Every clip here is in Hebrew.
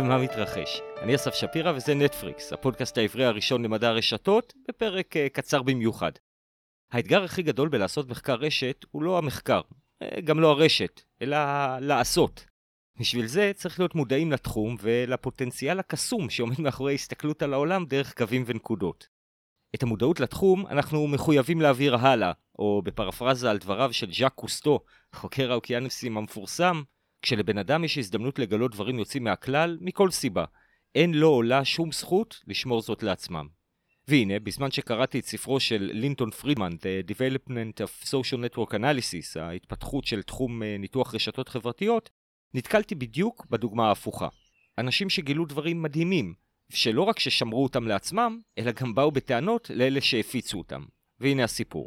ומה מתרחש. אני אסף שפירא וזה נטפריקס, הפודקאסט העברי הראשון למדע הרשתות, בפרק קצר במיוחד. האתגר הכי גדול בלעשות מחקר רשת הוא לא המחקר, גם לא הרשת, אלא לעשות. בשביל זה צריך להיות מודעים לתחום ולפוטנציאל הקסום שעומד מאחורי הסתכלות על העולם דרך קווים ונקודות. את המודעות לתחום אנחנו מחויבים להעביר הלאה, או בפרפרזה על דבריו של ז'אק קוסטו, חוקר האוקיינוסים המפורסם, כשלבן אדם יש הזדמנות לגלות דברים יוצאים מהכלל, מכל סיבה. אין לו עולה שום זכות לשמור זאת לעצמם. והנה, בזמן שקראתי את ספרו של לינטון פרידמן, The Development of Social Network Analysis, ההתפתחות של תחום ניתוח רשתות חברתיות, נתקלתי בדיוק בדוגמה ההפוכה. אנשים שגילו דברים מדהימים, שלא רק ששמרו אותם לעצמם, אלא גם באו בטענות לאלה שהפיצו אותם. והנה הסיפור.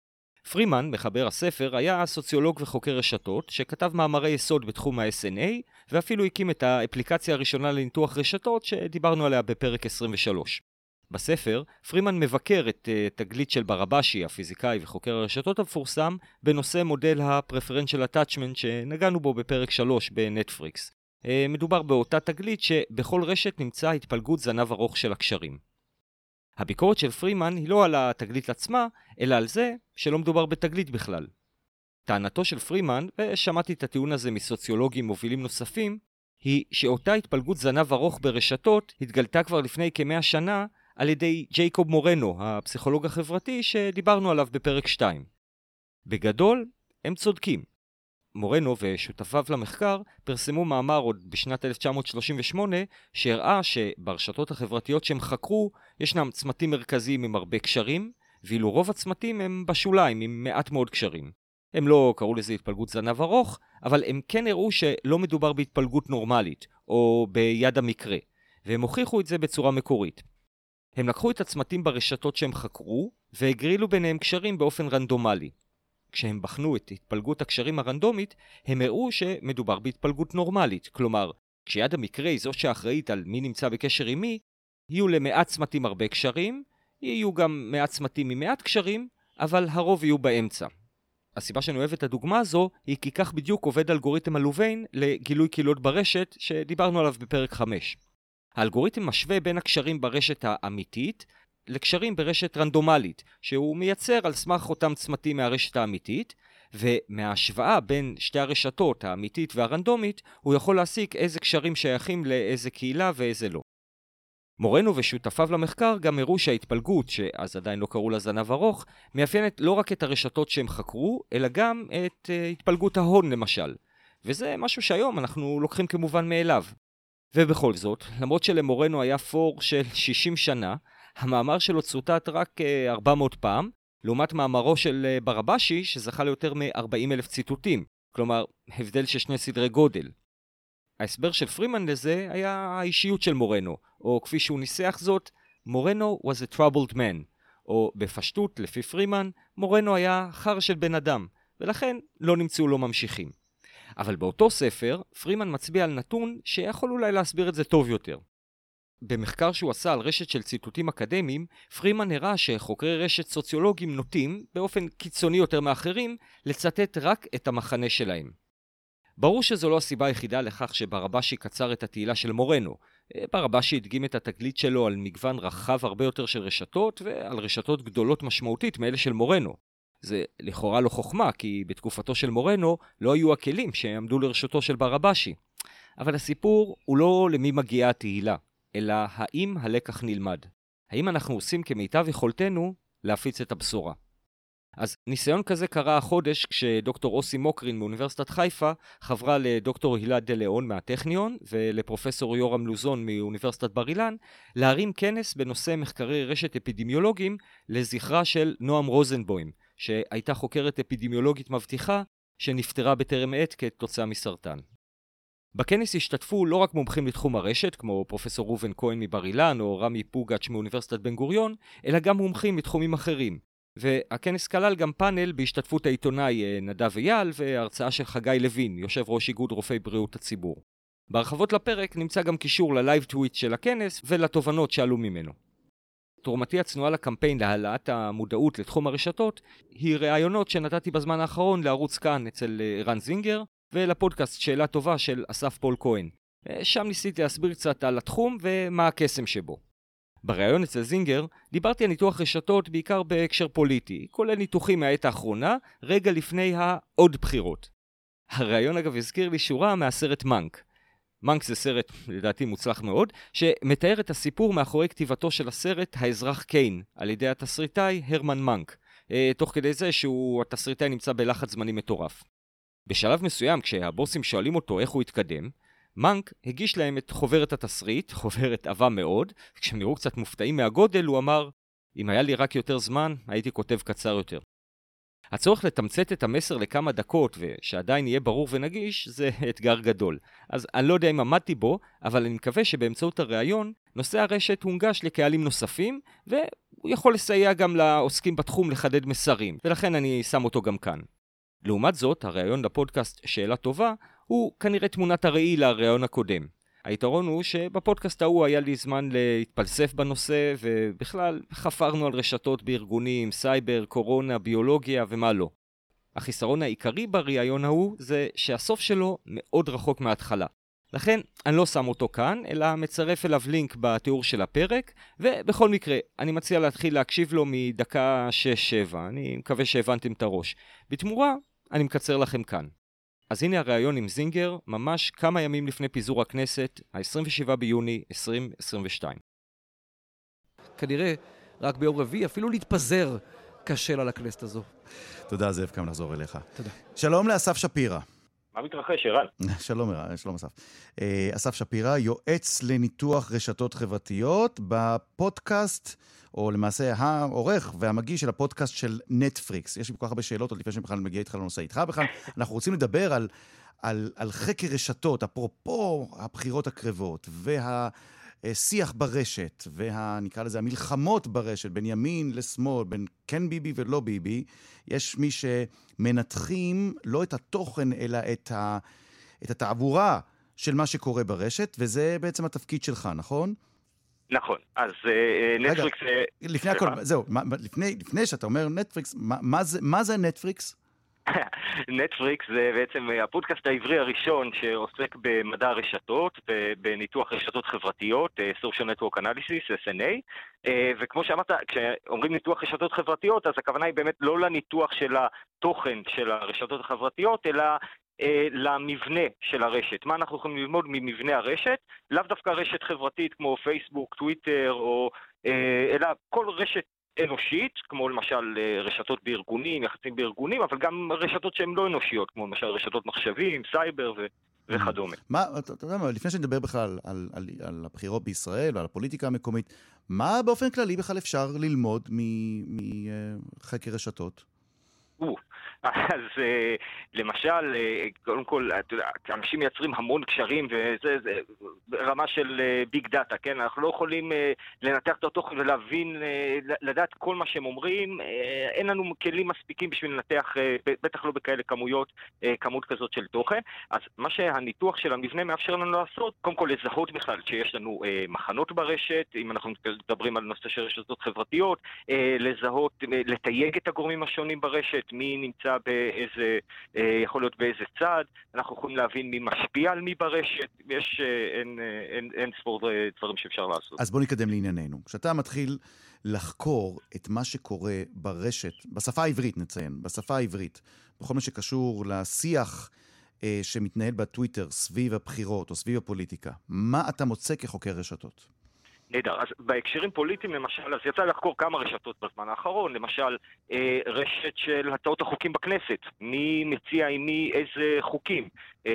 פרימן, מחבר הספר, היה סוציולוג וחוקר רשתות שכתב מאמרי יסוד בתחום ה-SNA ואפילו הקים את האפליקציה הראשונה לניתוח רשתות שדיברנו עליה בפרק 23. בספר, פרימן מבקר את תגלית של ברבשי, הפיזיקאי וחוקר הרשתות המפורסם, בנושא מודל ה-Preferential Attachment שנגענו בו בפרק 3 בנטפריקס. מדובר באותה תגלית שבכל רשת נמצא התפלגות זנב ארוך של הקשרים. הביקורת של פרימן היא לא על התגלית עצמה, אלא על זה שלא מדובר בתגלית בכלל. טענתו של פרימן, ושמעתי את הטיעון הזה מסוציולוגים מובילים נוספים, היא שאותה התפלגות זנב ארוך ברשתות התגלתה כבר לפני כ100 שנה על ידי ג'ייקוב מורנו, הפסיכולוג החברתי שדיברנו עליו בפרק 2. בגדול, הם צודקים. מורנו ושותפיו למחקר פרסמו מאמר עוד בשנת 1938 שהראה שברשתות החברתיות שהם חקרו ישנם צמתים מרכזיים עם הרבה קשרים, ואילו רוב הצמתים הם בשוליים עם מעט מאוד קשרים. הם לא קראו לזה התפלגות זנב ארוך, אבל הם כן הראו שלא מדובר בהתפלגות נורמלית או ביד המקרה, והם הוכיחו את זה בצורה מקורית. הם לקחו את הצמתים ברשתות שהם חקרו והגרילו ביניהם קשרים באופן רנדומלי. כשהם בחנו את התפלגות הקשרים הרנדומית, הם הראו שמדובר בהתפלגות נורמלית. כלומר, כשיד המקרה היא זו שאחראית על מי נמצא בקשר עם מי, יהיו למעט צמתים הרבה קשרים, יהיו גם מעט צמתים עם מעט קשרים, אבל הרוב יהיו באמצע. הסיבה שאני אוהב את הדוגמה הזו היא כי כך בדיוק עובד אלגוריתם הלוביין לגילוי קהילות ברשת שדיברנו עליו בפרק 5. האלגוריתם משווה בין הקשרים ברשת האמיתית לקשרים ברשת רנדומלית, שהוא מייצר על סמך אותם צמתים מהרשת האמיתית, ומההשוואה בין שתי הרשתות, האמיתית והרנדומית, הוא יכול להסיק איזה קשרים שייכים לאיזה קהילה ואיזה לא. מורנו ושותפיו למחקר גם הראו שההתפלגות, שאז עדיין לא קראו לה זנב ארוך, מאפיינת לא רק את הרשתות שהם חקרו, אלא גם את התפלגות ההון למשל. וזה משהו שהיום אנחנו לוקחים כמובן מאליו. ובכל זאת, למרות שלמורנו היה פור של 60 שנה, המאמר שלו צוטט רק 400 פעם, לעומת מאמרו של ברבשי שזכה ליותר מ-40,000 ציטוטים, כלומר הבדל של 2 סדרי גודל. ההסבר של פרימן לזה היה האישיות של מורנו, או כפי שהוא ניסח זאת, מורנו was a troubled man, או בפשטות לפי פרימן, מורנו היה חר של בן אדם, ולכן לא נמצאו לו ממשיכים. אבל באותו ספר, פרימן מצביע על נתון שיכול אולי להסביר את זה טוב יותר. במחקר שהוא עשה על רשת של ציטוטים אקדמיים, פרימן הראה שחוקרי רשת סוציולוגים נוטים, באופן קיצוני יותר מאחרים, לצטט רק את המחנה שלהם. ברור שזו לא הסיבה היחידה לכך שברבשי קצר את התהילה של מורנו. ברבשי הדגים את התגלית שלו על מגוון רחב הרבה יותר של רשתות, ועל רשתות גדולות משמעותית מאלה של מורנו. זה לכאורה לא חוכמה, כי בתקופתו של מורנו לא היו הכלים שעמדו לרשותו של ברבשי. אבל הסיפור הוא לא למי מגיעה התהילה, אלא האם הלקח נלמד. האם אנחנו עושים כמיטב יכולתנו להפיץ את הבשורה. אז ניסיון כזה קרה החודש כשדוקטור אוסי מוקרין מאוניברסיטת חיפה חברה לדוקטור הילה דה ליאון מהטכניון ולפרופסור יורם לוזון מאוניברסיטת בר אילן להרים כנס בנושא מחקרי רשת אפידמיולוגיים לזכרה של נועם רוזנבוים, שהייתה חוקרת אפידמיולוגית מבטיחה שנפטרה בטרם עת כתוצאה מסרטן. בכנס השתתפו לא רק מומחים לתחום הרשת, כמו פרופסור ראובן כהן מבר אילן או רמי פוגץ' מאוניברסיטת בן גוריון, אלא גם מומחים מתחומים אחרים. והכנס כלל גם פאנל בהשתתפות העיתונאי נדב אייל והרצאה של חגי לוין, יושב ראש איגוד רופאי בריאות הציבור. בהרחבות לפרק נמצא גם קישור ללייב טוויט של הכנס ולתובנות שעלו ממנו. תרומתי הצנועה לקמפיין להעלאת המודעות לתחום הרשתות היא ראיונות שנתתי בזמן האחרון לערוץ כאן אצל רן זינגר ולפודקאסט שאלה טובה של אסף פול כהן. שם ניסיתי להסביר קצת על התחום ומה הקסם שבו. בריאיון אצל זינגר דיברתי על ניתוח רשתות בעיקר בהקשר פוליטי, כולל ניתוחים מהעת האחרונה, רגע לפני העוד בחירות. הריאיון אגב הזכיר לי שורה מהסרט מנק. מנק זה סרט לדעתי מוצלח מאוד, שמתאר את הסיפור מאחורי כתיבתו של הסרט האזרח קיין, על ידי התסריטאי הרמן מנק, תוך כדי זה שהתסריטאי נמצא בלחץ זמני מטורף. בשלב מסוים כשהבוסים שואלים אותו איך הוא התקדם, מנק הגיש להם את חוברת התסריט, חוברת עבה מאוד, וכשהם נראו קצת מופתעים מהגודל הוא אמר, אם היה לי רק יותר זמן, הייתי כותב קצר יותר. הצורך לתמצת את המסר לכמה דקות ושעדיין יהיה ברור ונגיש זה אתגר גדול. אז אני לא יודע אם עמדתי בו, אבל אני מקווה שבאמצעות הראיון נושא הרשת הונגש לקהלים נוספים, והוא יכול לסייע גם לעוסקים בתחום לחדד מסרים, ולכן אני שם אותו גם כאן. לעומת זאת, הראיון לפודקאסט שאלה טובה הוא כנראה תמונת הראי לראיון הקודם. היתרון הוא שבפודקאסט ההוא היה לי זמן להתפלסף בנושא, ובכלל חפרנו על רשתות בארגונים, סייבר, קורונה, ביולוגיה ומה לא. החיסרון העיקרי בראיון ההוא זה שהסוף שלו מאוד רחוק מההתחלה. לכן אני לא שם אותו כאן, אלא מצרף אליו לינק בתיאור של הפרק, ובכל מקרה אני מציע להתחיל להקשיב לו מדקה 6-7, אני מקווה שהבנתם את הראש. בתמורה אני מקצר לכם כאן. אז הנה הראיון עם זינגר, ממש כמה ימים לפני פיזור הכנסת, ה-27 ביוני 2022. כנראה רק ביום רביעי, אפילו להתפזר קשה לה לכנסת הזו. תודה זאב, כמה נחזור אליך. תודה. שלום לאסף שפירא. מה מתרחש, ערן? שלום אסף. אסף שפירא, יועץ לניתוח רשתות חברתיות בפודקאסט, או למעשה העורך והמגיש של הפודקאסט של נטפריקס. יש לי כל כך הרבה שאלות עוד לפני שאני בכלל מגיע איתך לנושא איתך בכלל. אנחנו רוצים לדבר על חקר רשתות, אפרופו הבחירות הקרבות, והשיח ברשת, נקרא לזה המלחמות ברשת, בין ימין לשמאל, בין כן ביבי ולא ביבי. יש מי שמנתחים לא את התוכן, אלא את התעבורה של מה שקורה ברשת, וזה בעצם התפקיד שלך, נכון? נכון, אז נטפריקס... לפני הכל, זהו, לפני שאתה אומר נטפריקס, מה זה נטפריקס? נטפריקס זה בעצם הפודקאסט העברי הראשון שעוסק במדע הרשתות ובניתוח רשתות חברתיות, Social Network Analysis, SNA, וכמו שאמרת, כשאומרים ניתוח רשתות חברתיות, אז הכוונה היא באמת לא לניתוח של התוכן של הרשתות החברתיות, אלא למבנה של הרשת. מה אנחנו יכולים ללמוד ממבנה הרשת? לאו דווקא רשת חברתית כמו פייסבוק, טוויטר, אלא כל רשת אנושית, כמו למשל רשתות בארגונים, יחסים בארגונים, אבל גם רשתות שהן לא אנושיות, כמו למשל רשתות מחשבים, סייבר וכדומה. אתה יודע מה, לפני שנדבר בכלל על הבחירות בישראל ועל הפוליטיקה המקומית, מה באופן כללי בכלל אפשר ללמוד מחקר רשתות? אז למשל, קודם כל, אנשים מייצרים המון קשרים, וזה רמה של ביג דאטה, כן? אנחנו לא יכולים לנתח את התוכן ולהבין, לדעת כל מה שהם אומרים, אין לנו כלים מספיקים בשביל לנתח, בטח לא בכאלה כמות כזאת של תוכן. אז מה שהניתוח של המבנה מאפשר לנו לעשות, קודם כל לזהות בכלל שיש לנו מחנות ברשת, אם אנחנו מדברים על נושא של רשתות חברתיות, לזהות, לתייג את הגורמים השונים ברשת, מי נמצא באיזה, יכול להיות באיזה צד, אנחנו יכולים להבין מי משפיע על מי ברשת, יש אין ספור דברים שאפשר לעשות. אז בוא נקדם לענייננו. כשאתה מתחיל לחקור את מה שקורה ברשת, בשפה העברית נציין, בשפה העברית, בכל מה שקשור לשיח שמתנהל בטוויטר סביב הבחירות או סביב הפוליטיקה, מה אתה מוצא כחוקר רשתות? נהדר, אז בהקשרים פוליטיים למשל, אז יצא לחקור כמה רשתות בזמן האחרון, למשל רשת של הצעות החוקים בכנסת, מי מציע עם מי איזה חוקים,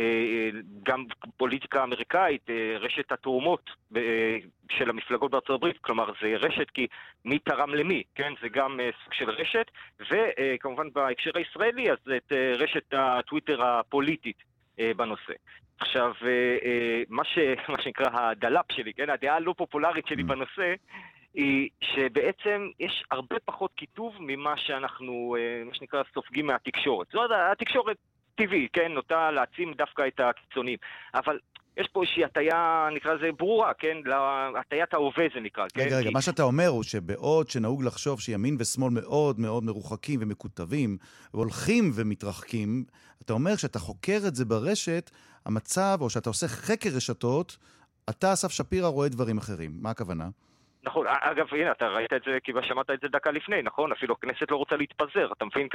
גם פוליטיקה אמריקאית, רשת התאומות של המפלגות בארצות הברית, כלומר זה רשת כי מי תרם למי, כן, זה גם סוג של רשת, וכמובן בהקשר הישראלי אז את רשת הטוויטר הפוליטית בנושא. עכשיו, מה שנקרא הדלאפ שלי, כן, הדעה הלא פופולרית שלי בנושא, היא שבעצם יש הרבה פחות כיתוב ממה שאנחנו, מה שנקרא, סופגים מהתקשורת. זאת אומרת, התקשורת טבעי, כן, נוטה להעצים דווקא את הקיצונים. אבל יש פה איזושהי הטיה, נקרא לזה ברורה, כן? הטיית ההווה זה נקרא, כן? רגע, מה שאתה אומר הוא שבעוד שנהוג לחשוב שימין ושמאל מאוד מאוד מרוחקים ומקוטבים, והולכים ומתרחקים, אתה אומר שאתה חוקר את זה ברשת, המצב, או שאתה עושה חקר רשתות, אתה, אסף שפירא, רואה דברים אחרים. מה הכוונה? נכון, אגב, הנה, אתה ראית את זה, כי שמעת את זה דקה לפני, נכון? אפילו הכנסת לא רוצה להתפזר, אתה מבין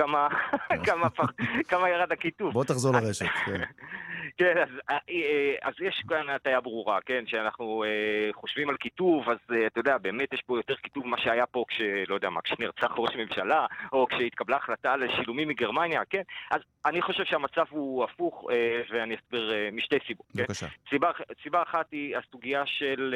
כמה ירד הכיתוב. בוא תחזור לרשת, כן. כן, אז יש כאן הטיה ברורה, כן, שאנחנו חושבים על כיתוב, אז אתה יודע, באמת יש פה יותר כיתוב ממה שהיה פה לא יודע מה, כשנרצח ראש ממשלה, או כשהתקבלה החלטה על שילומים מגרמניה, כן? אז אני חושב שהמצב הוא הפוך, ואני אסביר משתי סיבות, כן? בבקשה. סיבה אחת היא הסוגיה של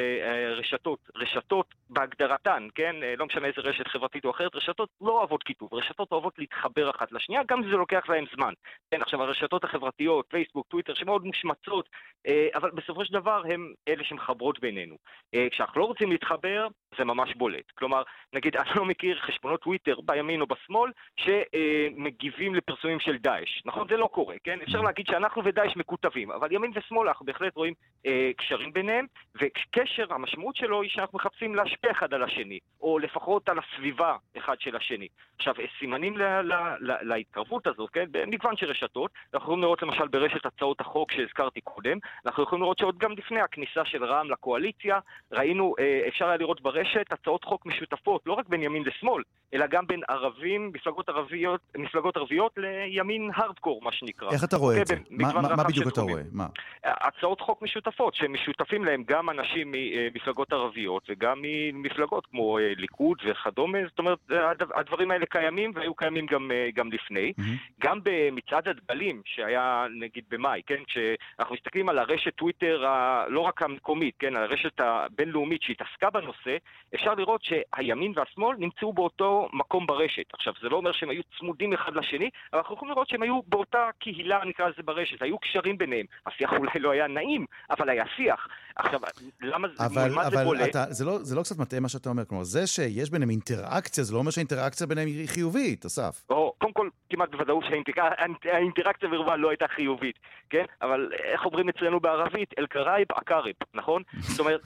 רשתות בהגדרתן, כן? לא משנה איזה רשת חברתית או אחרת, רשתות לא אוהבות כיתוב, רשתות אוהבות להתחבר אחת לשנייה, גם זה לוקח להם זמן. כן, עכשיו הרשתות החברתיות, פייסבוק, טוויטר, שמאוד מושמצות, אבל בסופו של דבר הם אלה שמחברות בינינו. כשאנחנו לא רוצים להתחבר, זה ממש בולט. כלומר, נגיד, אני לא מכיר חשבונות טוויטר בימין או בשמאל, שמגיבים לפרסומים של דאעש. נכון? זה לא קורה, כן? אפשר להגיד שאנחנו ודאעש מקוטבים, אבל ימין ושמאל אנחנו בהחלט רואים קשרים ביניהם, וקשר, המשמעות שלו היא שאנחנו מחפשים להשפיע אחד על השני, או לפחות על הסביבה אחד של השני. עכשיו, סימנים להתקרבות הזאת, כן? במגוון של רשתות, אנחנו יכולים לראות למשל ברשת הצעות החוק שהזכרתי קודם, אנחנו יכולים לראות שעוד גם לפני הכניסה של רע"מ לקואליציה, ראינו, אפשר היה לראות ברשת הצעות חוק משותפות, לא רק בין ימין לשמאל, אלא גם בין ערבים, מפלגות ערביות לימין הרדקור, מה שנקרא. איך אתה רואה את זה? מה בדיוק אתה רואה? הצעות חוק משותפות, שמשותפים להם גם אנשים ממפלגות ערביות, וגם ממפלגות כמו ליכוד וכדומה, זאת אומרת, הדברים האלה קיימים, והיו קיימים גם לפני. גם במצעד הדגלים, שהיה נגיד במאי, כן? כשאנחנו מסתכלים על הרשת טוויטר, לא רק המקומית, כן? הרשת הבינלאומית שהתעסקה בנושא, אפשר לראות שהימין והשמאל נמצאו באותו מקום ברשת. עכשיו, זה לא אומר שהם היו צמודים אחד לשני, אבל אנחנו יכולים לראות שהם היו באותה קהילה, נקרא לזה ברשת, היו קשרים ביניהם. השיח אולי לא היה נעים, אבל היה שיח. עכשיו, למה זה בולט? זה לא קצת מטעה מה שאתה אומר, כלומר, זה שיש ביניהם אינטראקציה, זה לא אומר שהאינטראקציה ביניהם היא חיובית, אסף. קודם כל, כמעט בוודאות שהאינטראקציה ברבה לא הייתה חיובית, כן? אבל איך אומרים אצלנו בערבית? אל-קראיב, עקאריב, נכון? זאת אומרת,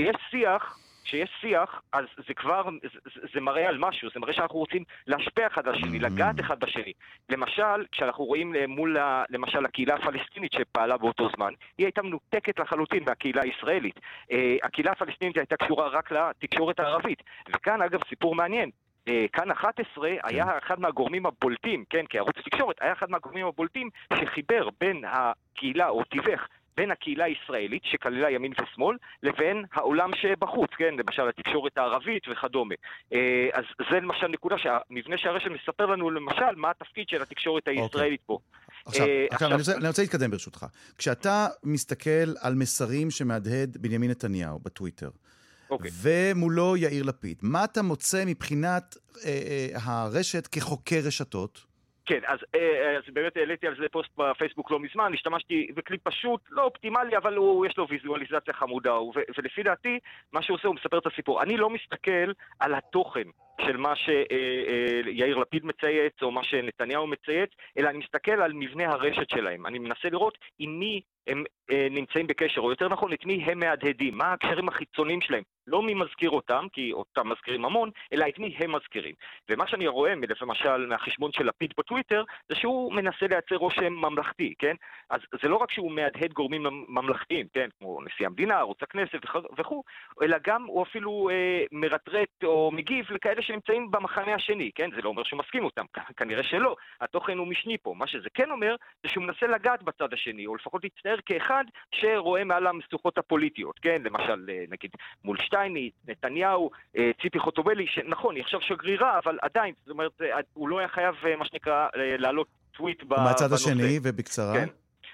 כשיש שיח, אז זה כבר, זה מראה על משהו, זה מראה שאנחנו רוצים להשפיע אחד על השני, לגעת אחד בשני. למשל, כשאנחנו רואים מול, למשל, הקהילה הפלסטינית שפעלה באותו זמן, היא הייתה מנותקת לחלוטין מהקהילה הישראלית. הקהילה הפלסטינית הייתה קשורה רק לתקשורת הערבית. וכאן, אגב, סיפור מעניין. כאן 11 היה אחד מהגורמים הבולטים, כן, כערוץ תקשורת, היה אחד מהגורמים הבולטים שחיבר בין הקהילה, או תיווך, בין הקהילה הישראלית, שכללה ימין ושמאל, לבין העולם שבחוץ, כן, למשל התקשורת הערבית וכדומה. אז זה למשל נקודה שהמבנה שהרשת מספר לנו למשל מה התפקיד של התקשורת הישראלית פה. עכשיו, אני רוצה להתקדם ברשותך. כשאתה מסתכל על מסרים שמהדהד בנימין נתניהו בטוויטר, ומולו יאיר לפיד, מה אתה מוצא מבחינת הרשת כחוקר רשתות? כן, אז באמת העליתי על זה פוסט בפייסבוק לא מזמן, השתמשתי בכלי פשוט, לא אופטימלי, אבל יש לו ויזואליזציה חמודה, ולפי דעתי, מה שהוא עושה, הוא מספר את הסיפור. אני לא מסתכל על התוכן של מה שיאיר לפיד מצייץ, או מה שנתניהו מצייץ, אלא אני מסתכל על מבנה הרשת שלהם. אני מנסה לראות עם מי הם נמצאים בקשר, או יותר נכון, את מי הם מהדהדים, מה הקשרים החיצוניים שלהם. לא מי מזכיר אותם, כי אותם מזכירים המון, אלא את מי הם מזכירים. ומה שאני רואה, למשל, מהחשבון של לפיד בטוויטר, זה שהוא מנסה לייצר רושם ממלכתי, כן? אז זה לא רק שהוא מהדהד גורמים ממלכתיים, כן? כמו נשיא המדינה, ערוץ הכנסת וכו', אלא גם הוא אפילו מרטרט או מגיב לכאלה שנמצאים במחנה השני, כן? זה לא אומר שהוא מסכים אותם, כנראה שלא. התוכן הוא משני פה. מה שזה כן אומר, זה שהוא מנסה לגעת בצד השני, או לפחות להצטער כאחד שרואה מעל המשוכות הפוליטיות, כן? למשל, נגיד, מול שטייניץ, נתניהו, ציפי חוטובלי, שנכון, היא עכשיו שגרירה, אבל עדיין, זאת אומרת, הוא לא היה חייב, מה שנקרא, לעלות טוויט בנושא. מהצד השני, ובקצרה. כן.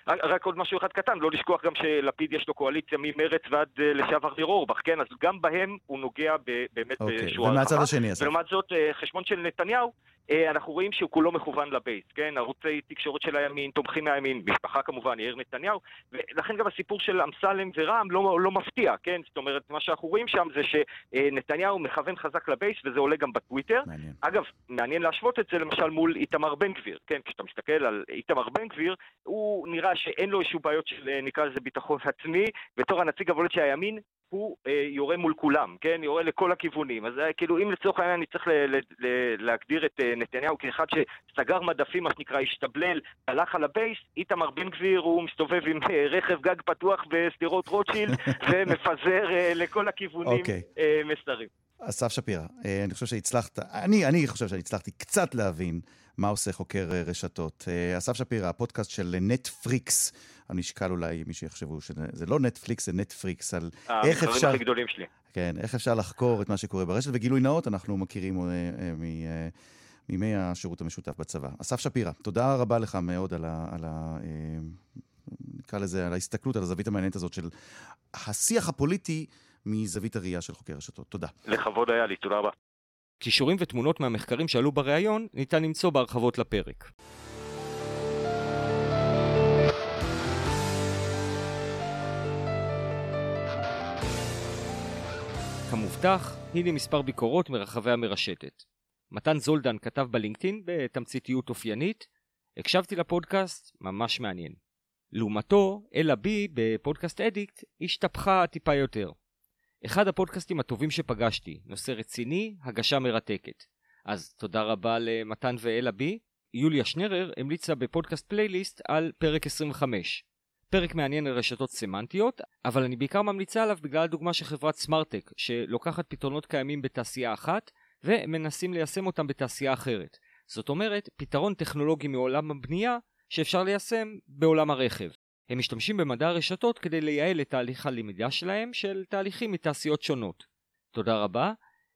רק עוד משהו אחד קטן, לא לשכוח גם שלפיד יש לו קואליציה ממרץ ועד לשעבר ניר אורבך, כן? אז גם בהם הוא נוגע באמת בשורה ומהצד רחבה. השני, אסף. ולעומת זאת, חשבון של נתניהו, אנחנו רואים שהוא כולו מכוון לבייס, כן? ערוצי תקשורת של הימין, תומכים מהימין, משפחה כמובן, יאיר נתניהו, ולכן גם הסיפור של אמסלם ורע"מ לא מפתיע, כן? זאת אומרת, מה שאנחנו רואים שם זה שנתניהו מכוון חזק לבייס, וזה עולה גם בטוויטר. מעניין. אגב, מעניין להשוות את זה למשל מול איתמר בן גביר, כן? כשאתה מסתכל על איתמר בן גביר, הוא נראה שאין לו איזשהו בעיות של, נקרא לזה, ביטחון עצמי, בתור הנציג הבולט של הימין, הוא יורה מול כולם, כן? יורה לכל הכיוונים. אז כאילו, אם לצורך העניין אני צריך להגדיר את נתניהו כאחד שסגר מדפים, מה שנקרא, השתבלל, הלך על הבייס, איתמר בן גביר הוא מסתובב עם רכב גג פתוח בסדירות רוטשילד, ומפזר לכל הכיוונים מסרים. אסף שפירא, אני חושב שהצלחת, אני חושב שהצלחתי קצת להבין מה עושה חוקר רשתות. אסף שפירא, הפודקאסט של נטפריקס, אני אשקל אולי מי שיחשבו שזה לא נטפליקס, זה נטפריקס, על איך אפשר... הכי גדולים שלי. כן, איך אפשר לחקור את מה שקורה ברשת, וגילוי נאות אנחנו מכירים מימי השירות המשותף בצבא. אסף שפירא, תודה רבה לך מאוד על נקרא לזה, על ההסתכלות, על הזווית המעניינת הזאת של השיח הפוליטי מזווית הראייה של חוקר רשתות. תודה. לכבוד היה לי, תודה רבה. קישורים ותמונות מהמחקרים שעלו בראיון ניתן למצוא בהרחבות לפרק. כמובטח, הנה מספר ביקורות מרחבי המרשתת. מתן זולדן כתב בלינקדאין בתמציתיות אופיינית, הקשבתי לפודקאסט, ממש מעניין. לעומתו, אלה בי בפודקאסט אדיקט השתפכה טיפה יותר. אחד הפודקאסטים הטובים שפגשתי, נושא רציני, הגשה מרתקת. אז תודה רבה למתן ואלה בי. יוליה שנרר המליצה בפודקאסט פלייליסט על פרק 25. פרק מעניין על רשתות סמנטיות, אבל אני בעיקר ממליצה עליו בגלל הדוגמה של חברת סמארטק, שלוקחת פתרונות קיימים בתעשייה אחת, ומנסים ליישם אותם בתעשייה אחרת. זאת אומרת, פתרון טכנולוגי מעולם הבנייה, שאפשר ליישם בעולם הרכב. הם משתמשים במדע הרשתות כדי לייעל את תהליך הלמידה שלהם של תהליכים מתעשיות שונות. תודה רבה.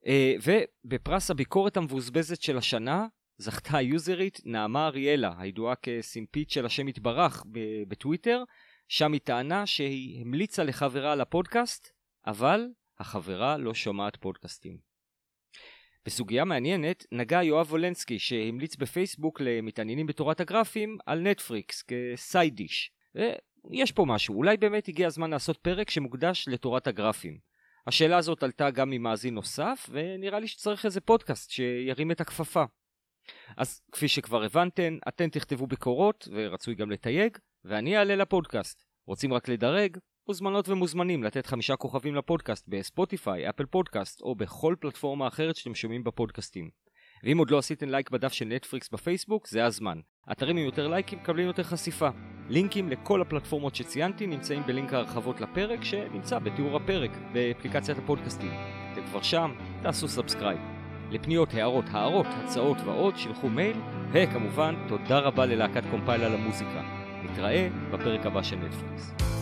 ובפרס הביקורת המבוזבזת של השנה, זכתה היוזרית נעמה אריאלה, הידועה כסימפית של השם יתברך בטוויטר, שם היא טענה שהיא המליצה לחברה על הפודקאסט, אבל החברה לא שומעת פודקאסטים. בסוגיה מעניינת נגע יואב וולנסקי שהמליץ בפייסבוק למתעניינים בתורת הגרפים על נטפריקס כסייד דיש. ויש פה משהו, אולי באמת הגיע הזמן לעשות פרק שמוקדש לתורת הגרפים. השאלה הזאת עלתה גם ממאזין נוסף, ונראה לי שצריך איזה פודקאסט שירים את הכפפה. אז כפי שכבר הבנתן, אתן תכתבו ביקורות, ורצוי גם לתייג, ואני אעלה לפודקאסט. רוצים רק לדרג? מוזמנות ומוזמנים לתת 5 כוכבים לפודקאסט בספוטיפיי, אפל פודקאסט, או בכל פלטפורמה אחרת שאתם שומעים בפודקאסטים. ואם עוד לא עשיתם לייק בדף של נטפריקס בפייסבוק, זה הזמן. אתרים עם יותר לייקים מקבלים יותר חשיפה. לינקים לכל הפלטפורמות שציינתי נמצאים בלינק ההרחבות לפרק שנמצא בתיאור הפרק באפליקציית הפודקאסטים. אתם כבר שם, תעשו סאבסקרייב. לפניות, הערות, הצעות ועוד, שלחו מייל, וכמובן, תודה רבה ללהקת קומפייל על המוזיקה. נתראה בפרק הבא של נטפליקס.